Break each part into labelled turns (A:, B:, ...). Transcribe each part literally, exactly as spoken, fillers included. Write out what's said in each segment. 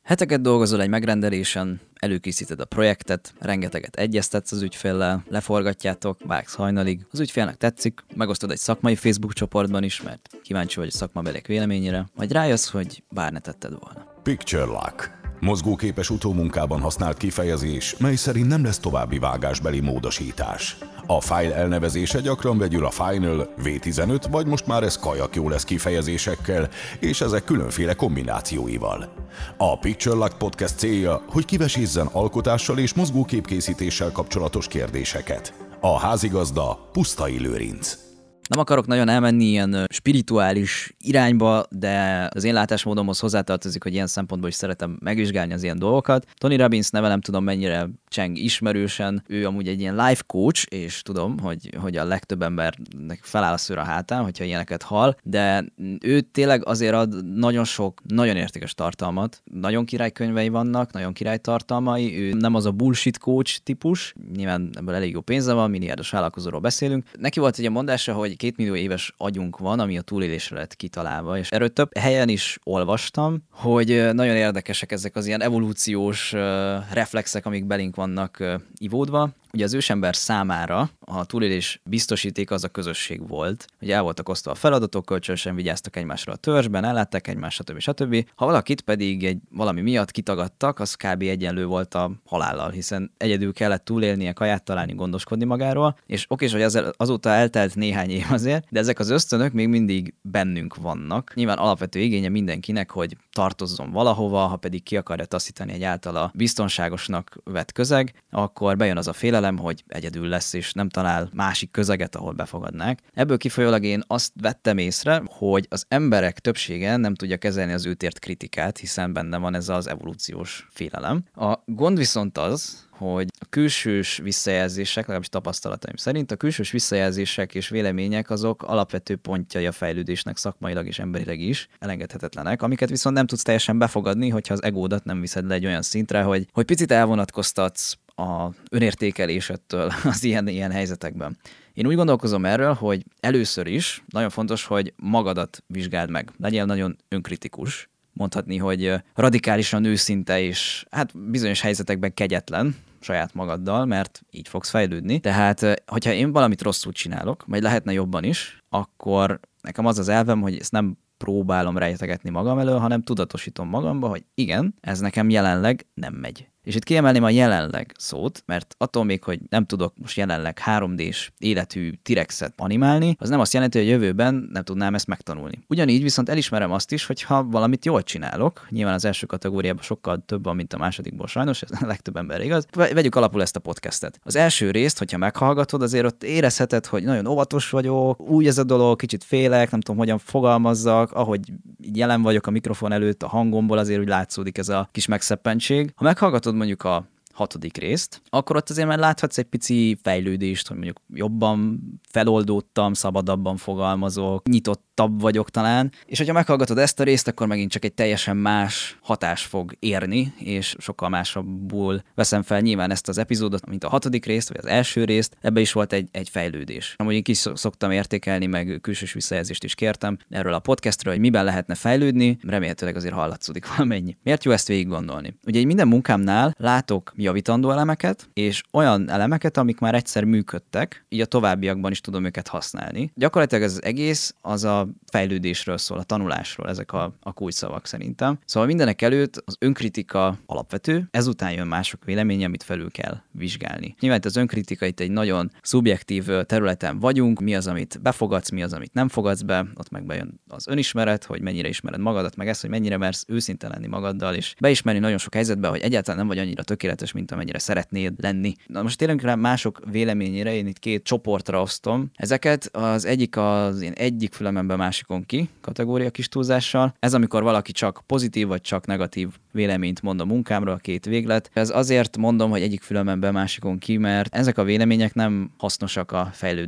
A: Heteket dolgozol egy megrendelésen, előkészíted a projektet, rengeteget egyeztetsz az ügyféllel, leforgatjátok, vágsz hajnalig, az ügyfélnek tetszik, megosztod egy szakmai Facebook csoportban is, mert kíváncsi vagy a szakmabeliek véleményére, majd rájössz, hogy bár ne tetted volna.
B: Picture Lock. Mozgóképes utómunkában használt kifejezés, mely szerint nem lesz további vágásbeli módosítás. A file elnevezése gyakran vegyül a Final, vé tizenöt vagy most már ez kajak jó lesz kifejezésekkel, és ezek különféle kombinációival. A Picture Lock podcast célja, hogy kivesézzen alkotással és mozgóképkészítéssel kapcsolatos kérdéseket. A házigazda Pusztai Lőrinc.
A: Nem akarok nagyon elmenni ilyen spirituális irányba, de az én látásmódomhoz hozzátartozik, hogy ilyen szempontból is szeretem megvizsgálni az ilyen dolgokat. Tony Robbins neve nem tudom mennyire cseng ismerősen, ő amúgy egy ilyen life coach, és tudom, hogy, hogy a legtöbb embernek feláll a szőr a hátán, hogyha ilyeneket hall, de ő tényleg azért ad nagyon sok, nagyon értékes tartalmat. Nagyon király könyvei vannak, nagyon király tartalmai, ő nem az a bullshit coach típus, nyilván ebből elég jó pénze van, milliárdos vállalkozóról beszélünk. Neki volt egy ilyen mondása, hogy két millió éves agyunk van, ami a túlélésre lett kitalálva, és erről több helyen is olvastam, hogy nagyon érdekesek ezek az ilyen evolúciós reflexek, amik belénk vannak ivódva. Ugye az ősember számára a túlélés biztosíték az a közösség volt, hogy el voltak osztva a feladatok, kölcsönösen vigyáztak egymásra a törzsben, ellátták egymást, stb. stb. Ha valakit pedig egy valami miatt kitagadtak, az kb. Egyenlő volt a halállal, hiszen egyedül kellett túlélnie, kaját találni, gondoskodni magáról, és oké, hogy az, azóta eltelt néhány év azért, de ezek az ösztönök még mindig bennünk vannak. Nyilván alapvető igénye mindenkinek, hogy tartozzon valahova, ha pedig ki akarja taszítani egy általa biztonságosnak vett közeg, akkor bejön az a félelem, hogy egyedül lesz, és nem talál másik közeget, ahol befogadnák. Ebből kifolyólag én azt vettem észre, hogy az emberek többsége nem tudja kezelni az őt ért kritikát, hiszen benne van ez az evolúciós félelem. A gond viszont az, hogy a külsős visszajelzések, legalábbis tapasztalataim szerint, a külsős visszajelzések és vélemények azok alapvető pontjai a fejlődésnek szakmailag és emberileg is elengedhetetlenek, amiket viszont nem tudsz teljesen befogadni, hogyha az egódat nem viszed le egy olyan szintre, hogy, hogy picit elvonatkoztatsz a önértékelésettől az ilyen, ilyen helyzetekben. Én úgy gondolkozom erről, hogy először is nagyon fontos, hogy magadat vizsgáld meg. Legyél nagyon önkritikus. Mondhatni, hogy radikálisan őszinte és hát bizonyos helyzetekben kegyetlen saját magaddal, mert így fogsz fejlődni. Tehát, hogyha én valamit rosszul csinálok, vagy lehetne jobban is, akkor nekem az az elvem, hogy ezt nem próbálom rejtegetni magam elől, hanem tudatosítom magamba, hogy igen, ez nekem jelenleg nem megy. És itt kiemelném a jelenleg szót, mert attól még, hogy nem tudok most jelenleg három dés életű T-rexet animálni, az nem azt jelenti, hogy jövőben nem tudnám ezt megtanulni. Ugyanígy viszont elismerem azt is, hogy ha valamit jól csinálok, nyilván az első kategóriában sokkal több van, mint a másodikból sajnos, ez a legtöbb ember igaz. Vegyük alapul ezt a podcastet. Az első részt, hogyha meghallgatod, azért ott érezheted, hogy nagyon óvatos vagyok, új ez a dolog, kicsit félek, nem tudom, hogyan fogalmazzak, ahogy jelen vagyok a mikrofon előtt, a hangomból azért úgy látszódik ez a kis megszeppentség. Ha meghallgatod mondjuk a hatodik részt, akkor ott azért már láthatsz egy pici fejlődést, hogy mondjuk jobban feloldódtam, szabadabban fogalmazok, nyitottabb vagyok talán, és hogyha meghallgatod ezt a részt, akkor megint csak egy teljesen más hatás fog érni, és sokkal másabbul veszem fel nyilván ezt az epizódot, mint a hatodik részt, vagy az első részt, ebbe is volt egy, egy fejlődés. Amúgy én kis szoktam értékelni, meg külsős visszajelzést is kértem erről a podcastről, hogy miben lehetne fejlődni, remélhetőleg azért hallatszódik valamennyi. Miért jó ezt végig gondolni? Ugye egy minden munkámnál látok javítandó elemeket, és olyan elemeket, amik már egyszer működtek, így a továbbiakban is tudom őket használni. Gyakorlatilag ez az egész az a fejlődésről szól, a tanulásról, ezek a, a kulcsszavak szerintem. Szóval mindenek előtt az önkritika alapvető, ezután jön mások véleménye, amit felül kell vizsgálni. Nyilván itt az önkritika itt egy nagyon szubjektív területen vagyunk, mi az, amit befogadsz, mi az, amit nem fogadsz be, ott meg bejön az önismeret, hogy mennyire ismered magadat, meg ez, hogy mennyire mersz őszinte lenni magaddal, és beismerni nagyon sok helyzetben, hogy egyáltalán nem vagy annyira tökéletes, mint amennyire szeretnéd lenni. Na most térjünk rá mások véleményére, én itt két csoportra osztom. Ezeket az egyik az én egyik fülememben másikon ki kategória kis túlzással. Ez amikor valaki csak pozitív vagy csak negatív véleményt mond a munkámról, a két véglet. Ez azért mondom, hogy egyik fülememben másikon ki, mert ezek a vélemények nem hasznosak a fejlődés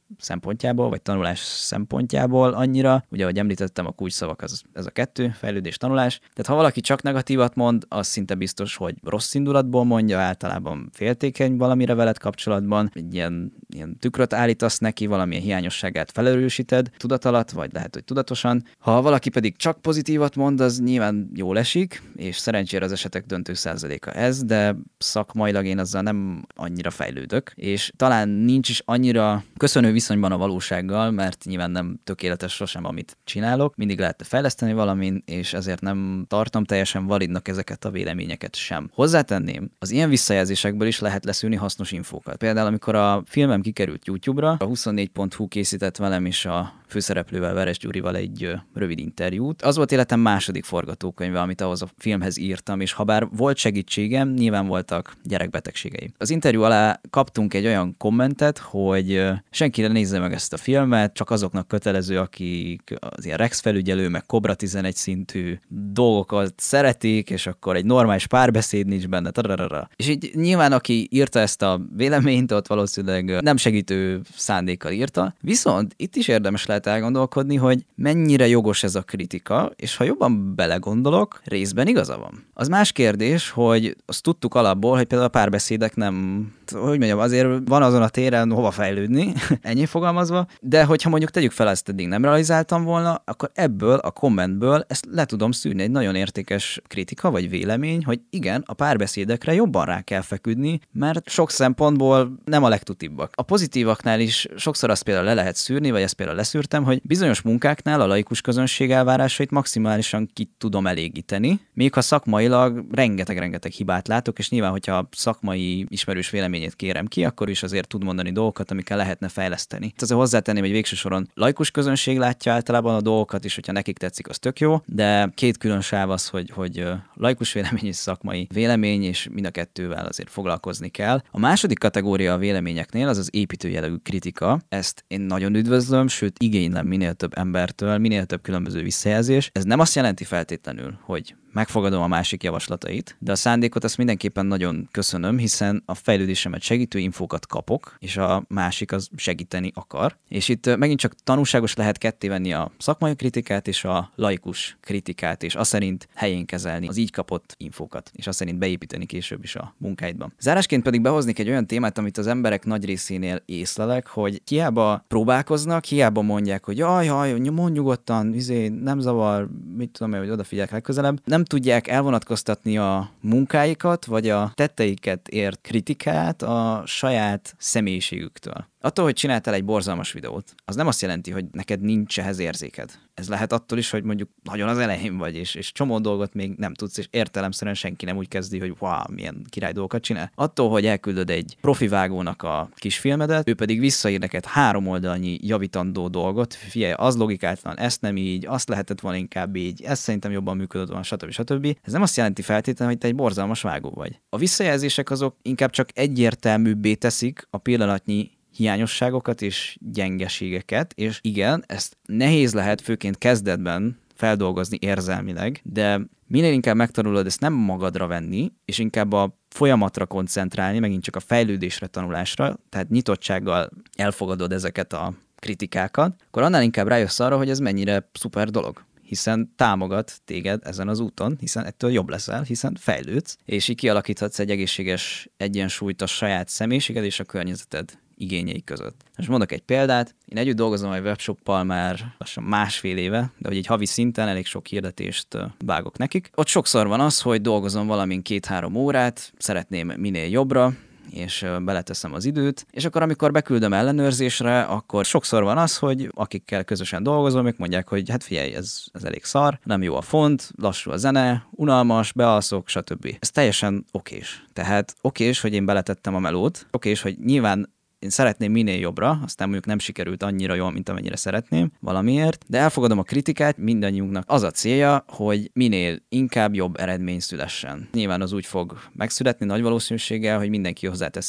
A: szempontjából, vagy tanulás szempontjából annyira. Ugye, ahogy említettem, a kulcsszavak az ez a kettő, fejlődés, tanulás. Tehát ha valaki csak negatívat mond, az szinte biztos, hogy rossz indulatból mondja, általában féltékeny valamire veled kapcsolatban, egy ilyen, ilyen tükröt állítasz neki, valamilyen hiányosságát felerősíted tudatalat, vagy lehet, hogy tudatosan. Ha valaki pedig csak pozitívat mond, az nyilván jól esik, és szerencsére az esetek döntő százaléka ez, de szakmailag én azzal nem annyira fejlődök, és talán nincs is annyira köszönő viszonyban a valósággal, mert nyilván nem tökéletes sosem, amit csinálok, mindig lehet fejleszteni valamin, és ezért nem tartom teljesen validnak ezeket a véleményeket sem. Hozzátenném, az ilyen visszajelzésekből is lehet leszűrni hasznos infókat. Például, amikor a filmem kikerült YouTube-ra, a huszonnégy pont hu készített velem és a főszereplővel, Veres Gyurival egy rövid interjút. Az volt életem második forgatókönyve, amit ahhoz a filmhez írtam, és ha bár volt segítségem, nyilván voltak gyerekbetegségeim. Az interjú alá kaptunk egy olyan kommentet, hogy senki ne nézze meg ezt a filmet, csak azoknak kötelező, akik az ilyen Rex felügyelő, meg Cobra tizenegy szintű dolgokat szeretik, és akkor egy normális párbeszéd nincs benne. Tararara. És így nyilván, aki írta ezt a véleményt, ott valószínűleg nem segítő szándékkal írta. Viszont itt is érdemes lehet elgondolkodni, hogy mennyire jogos ez a kritika, és ha jobban belegondolok, részben igaza van. Az más kérdés, hogy azt tudtuk alapból, hogy például a párbeszédek nem, hogy mondjam, azért van azon a téren hova fejlődni, ennyi fogalmazva, de hogyha mondjuk tegyük fel, ezt eddig nem realizáltam volna, akkor ebből a kommentből ezt le tudom szűrni, egy nagyon értékes kritika vagy vélemény, hogy igen, a párbeszédekre jobban rá kell feküdni, mert sok szempontból nem a legtutibbak. A pozitívaknál is sokszor azt például le lehet szűrni, vagy ezt például leszűrtem, hogy bizonyos munkáknál a laikus közönség elvárásait maximálisan ki tudom elégíteni, még ha szakmailag rengeteg-rengeteg hibát látok, és nyilván, hogyha szakmai ismerős véleményét kérem ki, akkor is azért tud mondani dolgokat, amikkel lehetne fejleszteni. Azért hozzátenném, hogy végső soron laikus közönség látja általában a dolgokat, és hogyha nekik tetszik, az tök jó, de két külön sáv az, hogy, hogy laikus vélemény és szakmai vélemény, és mind a kettővel azért foglalkozni kell. A második kategória a véleményeknél az az építő jellegű kritika. Ezt én nagyon üdvözlöm, sőt igénylem minél több embertől, minél több különböző visszajelzés. Ez nem azt jelenti feltétlenül, hogy megfogadom a másik javaslatait, de a szándékot azt mindenképpen nagyon köszönöm, hiszen a fejlődésemet segítő infókat kapok, és a másik az segíteni akar. És itt megint csak tanulságos lehet ketté venni a szakmai kritikát és a laikus kritikát, és azt szerint helyén kezelni az így kapott infókat, és azt szerint beépíteni később is a munkáidban. Zárásként pedig behoznék egy olyan témát, amit az emberek nagy részénél észlelek, hogy hiába próbálkoznak, hiába mondják, hogy jaj, jaj, mondj nyugodtan, izé, nem zavar, mit tudom én, hogy odafigyelek legközelebb, nem tudják elvonatkoztatni a munkáikat, vagy a tetteiket ért kritikát a saját személyiségüktől. Attól, hogy csináltál egy borzalmas videót, az nem azt jelenti, hogy neked nincs ehhez érzéked. Ez lehet attól is, hogy mondjuk nagyon az elején vagy, és, és csomó dolgot még nem tudsz, és értelemszerűen senki nem úgy kezdi, hogy wow, milyen király dolgokat csinál. Attól, hogy elküldöd egy profi vágónak a kis filmedet, ő pedig visszaír neked három oldalnyi javítandó dolgot, figyelj, az logikátlan, ezt nem így, azt lehetett volna inkább így, ez szerintem jobban működött volna, stb. stb. Ez nem azt jelenti feltétlenül, hogy te egy borzalmas vágó vagy. A visszajelzések azok inkább csak egyértelműbbé teszik a pillanatnyi hiányosságokat és gyengeségeket, és igen, ezt nehéz lehet főként kezdetben feldolgozni érzelmileg, de minél inkább megtanulod ezt nem magadra venni, és inkább a folyamatra koncentrálni, megint csak a fejlődésre, tanulásra, tehát nyitottsággal elfogadod ezeket a kritikákat, akkor annál inkább rájössz arra, hogy ez mennyire szuper dolog, hiszen támogat téged ezen az úton, hiszen ettől jobb leszel, hiszen fejlődsz, és így kialakíthatsz egy egészséges egyensúlyt a saját személyiséged és a környezeted igényei között. Most mondok egy példát, én együtt dolgozom egy webshoppal már lassan másfél éve, de hogy egy havi szinten elég sok hirdetést vágok nekik. Ott sokszor van az, hogy dolgozom valamin két-három órát, szeretném minél jobbra, és beleteszem az időt, és akkor amikor beküldöm ellenőrzésre, akkor sokszor van az, hogy akikkel közösen dolgozom, ők mondják, hogy hát figyelj, ez, ez elég szar, nem jó a font, lassú a zene, unalmas, bealszok, stb. Ez teljesen okés. Tehát okés, hogy én beletettem a melót, okés, hogy nyilván én szeretném minél jobbra, aztán mondjuk nem sikerült annyira jól, mint amennyire szeretném valamiért, de elfogadom a kritikát, mindannyiunknak az a célja, hogy minél inkább jobb eredmény szülessen. Nyilván az úgy fog megszületni nagy valószínűséggel, hogy mindenki hozzáteszi a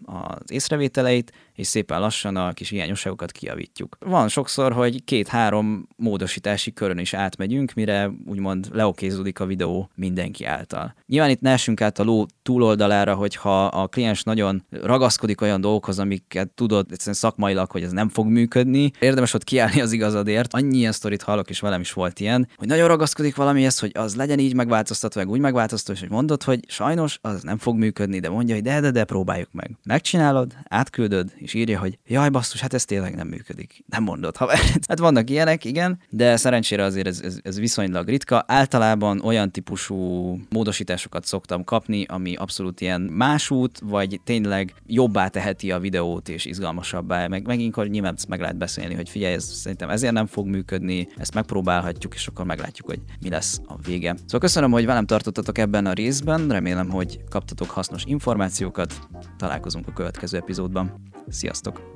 A: az észrevételeit, és szépen lassan a kis hiányosságokat kijavítjuk. Van sokszor, hogy két-három módosítási körön is átmegyünk, mire úgymond leokézódik a videó mindenki által. Nyilván itt ne essünk át a ló túloldalára, hogyha a kliens nagyon ragaszkodik olyan dolgokhoz, amiket tudod egyszerűen szakmailag, hogy ez nem fog működni. Érdemes ott kiállni az igazadért. Annyi ilyen sztorit hallok, és velem is volt ilyen, hogy nagyon ragaszkodik valamihez, hogy az legyen így megváltoztatva, meg úgy megváltoztatva, és hogy mondod, hogy sajnos az nem fog működni, de mondja, hogy de, de, de próbáljuk meg. Megcsinálod, átküldöd, és írja, hogy jaj, basszus, hát ez tényleg nem működik. Nem mondod, haver. Hát vannak ilyenek, igen, de szerencsére azért ez, ez, ez viszonylag ritka. Általában olyan típusú módosításokat szoktam kapni, ami abszolút ilyen más út, vagy tényleg jobbá teheti a videót, és izgalmasabbá. Meg, meg inkább nyilván meg lehet beszélni, hogy figyelj, ez szerintem ezért nem fog működni, ezt megpróbálhatjuk, és akkor meglátjuk, hogy mi lesz a vége. Szóval köszönöm, hogy velem tartottatok ebben a részben, remélem, hogy kaptatok hasznos információkat. Találkozunk a következő epizódban. Sziasztok!